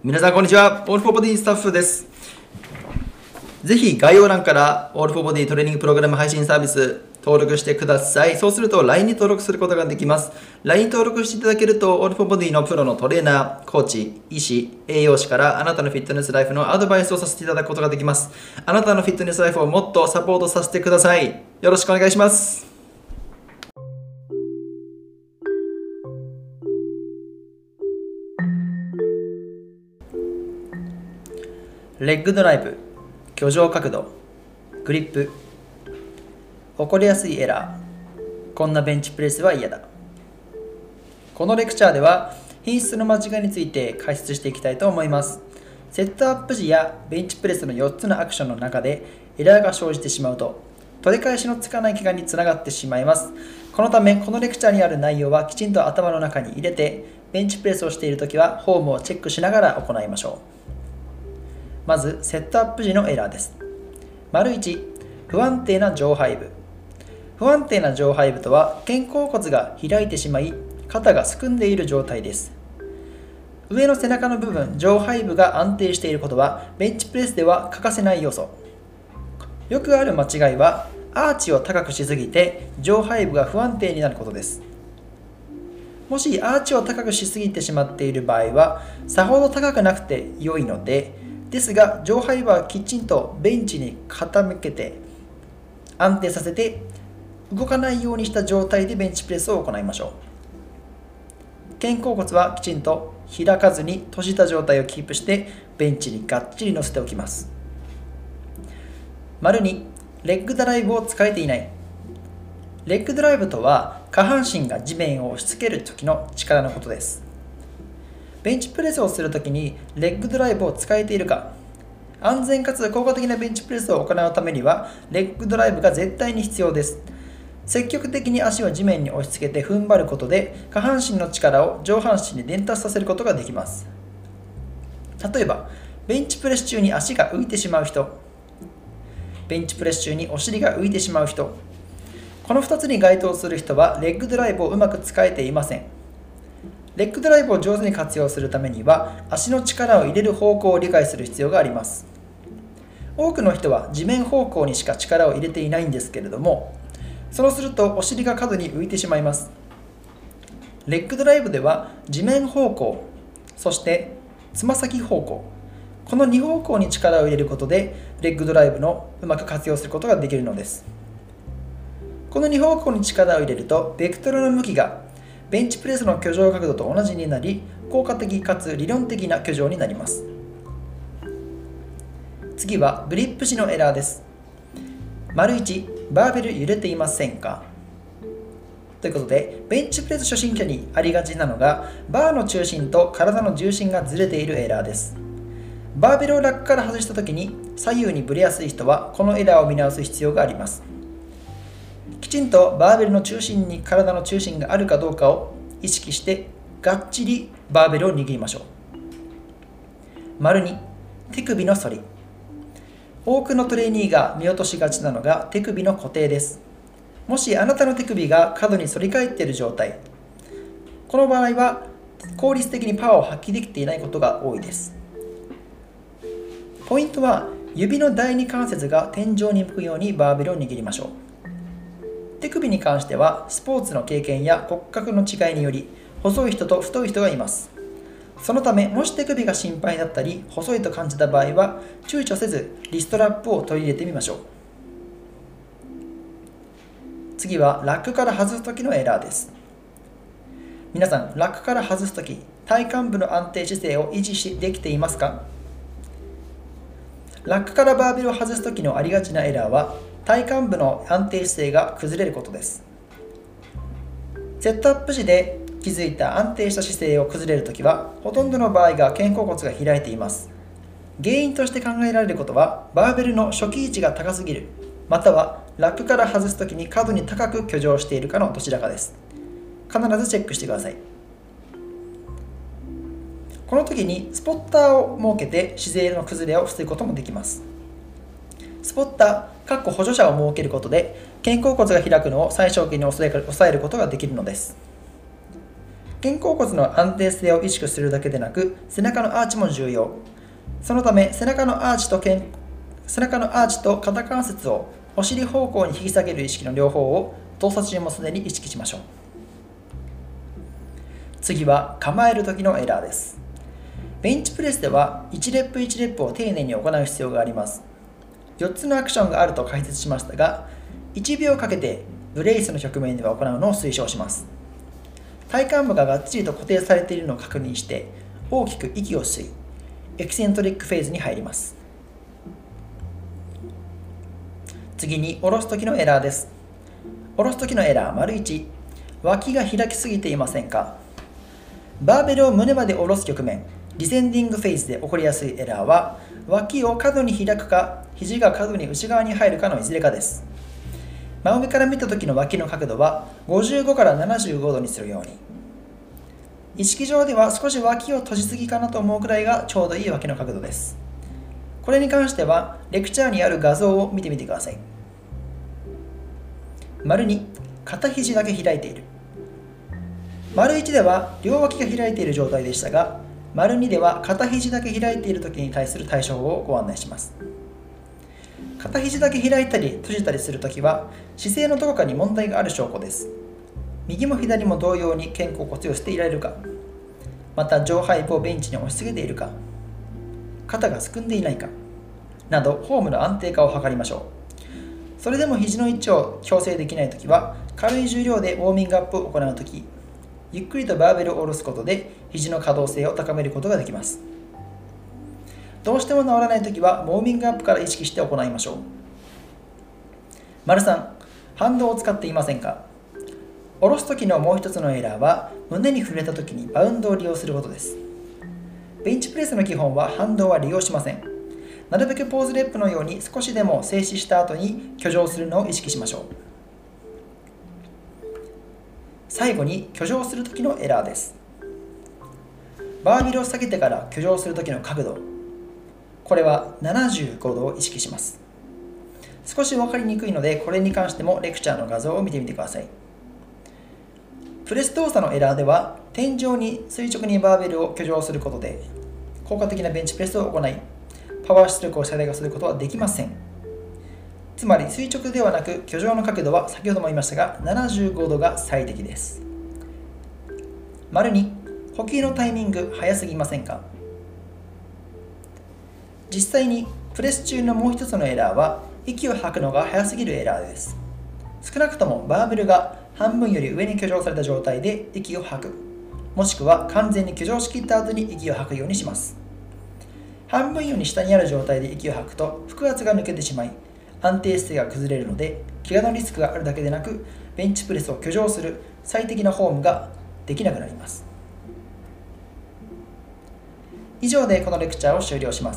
皆さんこんにちは。オールフォーボディスタッフです。ぜひ概要欄からオールフォーボディトレーニングプログラム配信サービス登録してください。そうすると LINE に登録することができます。LINE 登録していただけるとオールフォーボディのプロのトレーナー、コーチ、医師、栄養士からあなたのフィットネスライフのアドバイスをさせていただくことができます。あなたのフィットネスライフをもっとサポートさせてください。よろしくお願いします。レッグドライブ、居上角度、グリップ、起こりやすいエラー、こんなベンチプレスは嫌だ。このレクチャーでは品質の間違いについて解説していきたいと思います。セットアップ時やベンチプレスの4つのアクションの中でエラーが生じてしまうと取り返しのつかない怪我につながってしまいます。このためこのレクチャーにある内容はきちんと頭の中に入れて、ベンチプレスをしているときはフォームをチェックしながら行いましょう。まずセットアップ時のエラーです。1、不安定な上背部。不安定な上背部とは肩甲骨が開いてしまい肩がすくんでいる状態です。上の背中の部分、上背部が安定していることはベンチプレスでは欠かせない要素。よくある間違いはアーチを高くしすぎて上背部が不安定になることです。もしアーチを高くしすぎてしまっている場合はさほど高くなくて良いのですが、上背部はきちんとベンチに傾けて安定させて動かないようにした状態でベンチプレスを行いましょう。肩甲骨はきちんと開かずに閉じた状態をキープしてベンチにがっちり乗せておきます。2、レッグドライブを使えていない。レッグドライブとは下半身が地面を押し付ける時の力のことです。ベンチプレスをするときにレッグドライブを使えているか。安全かつ効果的なベンチプレスを行うためにはレッグドライブが絶対に必要です。積極的に足を地面に押し付けて踏ん張ることで下半身の力を上半身に伝達させることができます。例えばベンチプレス中に足が浮いてしまう人、ベンチプレス中にお尻が浮いてしまう人、この2つに該当する人はレッグドライブをうまく使えていません。レッグドライブを上手に活用するためには足の力を入れる方向を理解する必要があります。多くの人は地面方向にしか力を入れていないんですけれども、そうするとお尻が過度に浮いてしまいます。レッグドライブでは地面方向、そしてつま先方向、この2方向に力を入れることでレッグドライブのうまく活用することができるのです。この2方向に力を入れるとベクトルの向きがベンチプレスの居上角度と同じになり、効果的かつ理論的な居上になります。次はグリップ時のエラーです。1、バーベル揺れていませんか。ということでベンチプレス初心者にありがちなのがバーの中心と体の重心がずれているエラーです。バーベルをラックから外した時に左右にぶれやすい人はこのエラーを見直す必要があります。きちんとバーベルの中心に体の中心があるかどうかを意識してがっちりバーベルを握りましょう。2、手首の反り。多くのトレーニーが見落としがちなのが手首の固定です。もしあなたの手首が過度に反り返っている状態、この場合は効率的にパワーを発揮できていないことが多いです。ポイントは指の第二関節が天井に向くようにバーベルを握りましょう。手首に関してはスポーツの経験や骨格の違いにより細い人と太い人がいます。そのためもし手首が心配だったり細いと感じた場合は躊躇せずリストラップを取り入れてみましょう。次はラックから外す時のエラーです。皆さんラックから外す時、体幹部の安定姿勢を維持できていますか。ラックからバーベルを外す時のありがちなエラーは体幹部の安定姿勢が崩れることです。セットアップ時で気づいた安定した姿勢を崩れるときはほとんどの場合が肩甲骨が開いています。原因として考えられることはバーベルの初期位置が高すぎる、またはラックから外すときに過度に高く居上しているかのどちらかです。必ずチェックしてください。この時にスポッターを設けて姿勢の崩れを防ぐこともできます。スポッター、補助者を設けることで肩甲骨が開くのを最小限に抑えることができるのです。 肩甲骨の安定性を意識するだけでなく、背中のアーチも重要。そのため、背中のアーチと肩関節をお尻方向に引き下げる意識の両方を動作中もすでに意識しましょう。次は構える時のエラーです。ベンチプレスでは1レップ1レップを丁寧に行う必要があります。4つのアクションがあると解説しましたが、1秒かけてブレイスの局面では行うのを推奨します。体幹部ががっちりと固定されているのを確認して大きく息を吸い、エキセントリックフェーズに入ります。次に下ろす時のエラーです。下ろす時のエラー ①、 脇が開きすぎていませんか。バーベルを胸まで下ろす局面、ディセンディングフェーズで起こりやすいエラーは、脇を過度に開くか肘が過度に内側に入るかのいずれかです。真上から見た時の脇の角度は55から75度にするように。意識上では少し脇を閉じすぎかなと思うくらいがちょうどいい脇の角度です。これに関してはレクチャーにある画像を見てみてください。②、片肘だけ開いている。①では両脇が開いている状態でしたが、②では片肘だけ開いている時に対する対処法をご案内します。片肘だけ開いたり閉じたりするときは姿勢のどこかに問題がある証拠です。右も左も同様に肩甲骨を寄せていられるか、また上背部をベンチに押しすぎているか、肩がすくんでいないかなど、フォームの安定化を図りましょう。それでも肘の位置を調整できないときは、軽い重量でウォーミングアップを行うとき、ゆっくりとバーベルを下ろすことで肘の可動性を高めることができます。どうしても治らないときはウォーミングアップから意識して行いましょう。③、反動を使っていませんか。下ろすときのもう一つのエラーは、胸に触れたときにバウンドを利用することです。ベンチプレスの基本は反動は利用しません。なるべくポーズレップのように少しでも静止した後に挙上するのを意識しましょう。最後に挙上するときのエラーです。バーベルを下げてから挙上するときの角度、これは75度を意識します。少し分かりにくいので、これに関してもレクチャーの画像を見てみてください。プレス動作のエラーでは、天井に垂直にバーベルを挙上することで効果的なベンチプレスを行い、パワー出力を最大化することはできません。つまり垂直ではなく、挙上の角度は先ほども言いましたが75度が最適です。②、呼吸のタイミング早すぎませんか。実際にプレス中のもう一つのエラーは、息を吐くのが早すぎるエラーです。少なくともバーベルが半分より上に挙上された状態で息を吐く、もしくは完全に挙上しきった後に息を吐くようにします。半分より下にある状態で息を吐くと腹圧が抜けてしまい、安定姿勢が崩れるので、怪我のリスクがあるだけでなく、ベンチプレスを挙上する最適なフォームができなくなります。以上でこのレクチャーを終了します。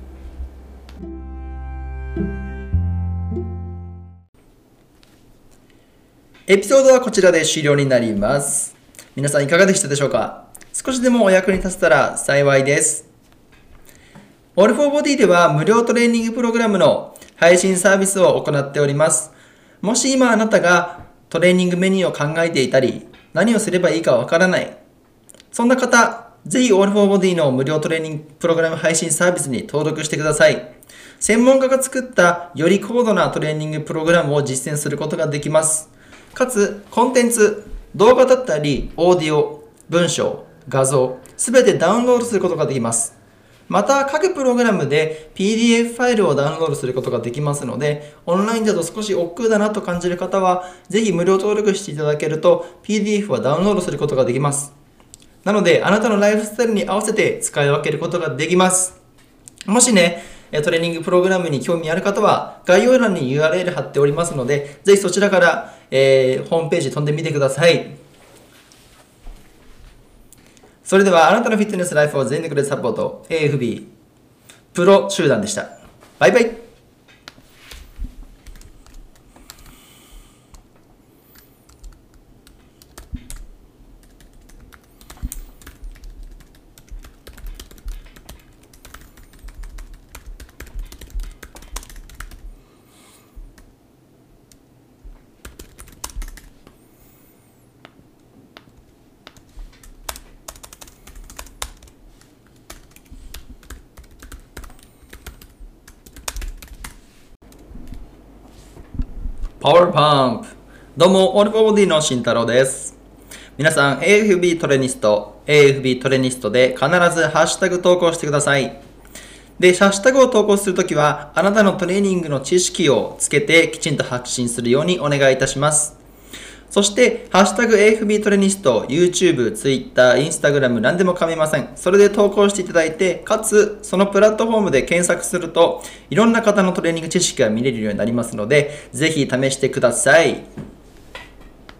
エピソードはこちらで終了になります。皆さんいかがでしたでしょうか。少しでもお役に立てたら幸いです。All for Body では無料トレーニングプログラムの配信サービスを行っております。もし今あなたがトレーニングメニューを考えていたり、何をすればいいかわからない、そんな方、ぜひ All for Body の無料トレーニングプログラム配信サービスに登録してください。専門家が作ったより高度なトレーニングプログラムを実践することができます。かつ、コンテンツ、動画だったり、オーディオ、文章、画像、すべてダウンロードすることができます。また、各プログラムで PDF ファイルをダウンロードすることができますので、オンラインだと少し億劫だなと感じる方は、ぜひ無料登録していただけると PDF はダウンロードすることができます。なので、あなたのライフスタイルに合わせて使い分けることができます。もしね、トレーニングプログラムに興味ある方は、概要欄に URL 貼っておりますので、ぜひそちらから、ホームページ飛んでみてください。それでは、あなたのフィットネスライフを全力でサポート、AFB プロ集団でした。バイバイ。 パワーパンプ。どうも、オルフォーディの慎太郎です。皆さん、AFB トレニスト、AFB トレニストで必ずハッシュタグ投稿してください。で、ハッシュタグを投稿するときは、あなたのトレーニングの知識をつけてきちんと発信するようにお願いいたします。そして、ハッシュタグ AFB トレニスト、YouTube、Twitter、Instagram 何でも構いません。それで投稿していただいて、かつ、そのプラットフォームで検索すると、いろんな方のトレーニング知識が見れるようになりますので、ぜひ試してください。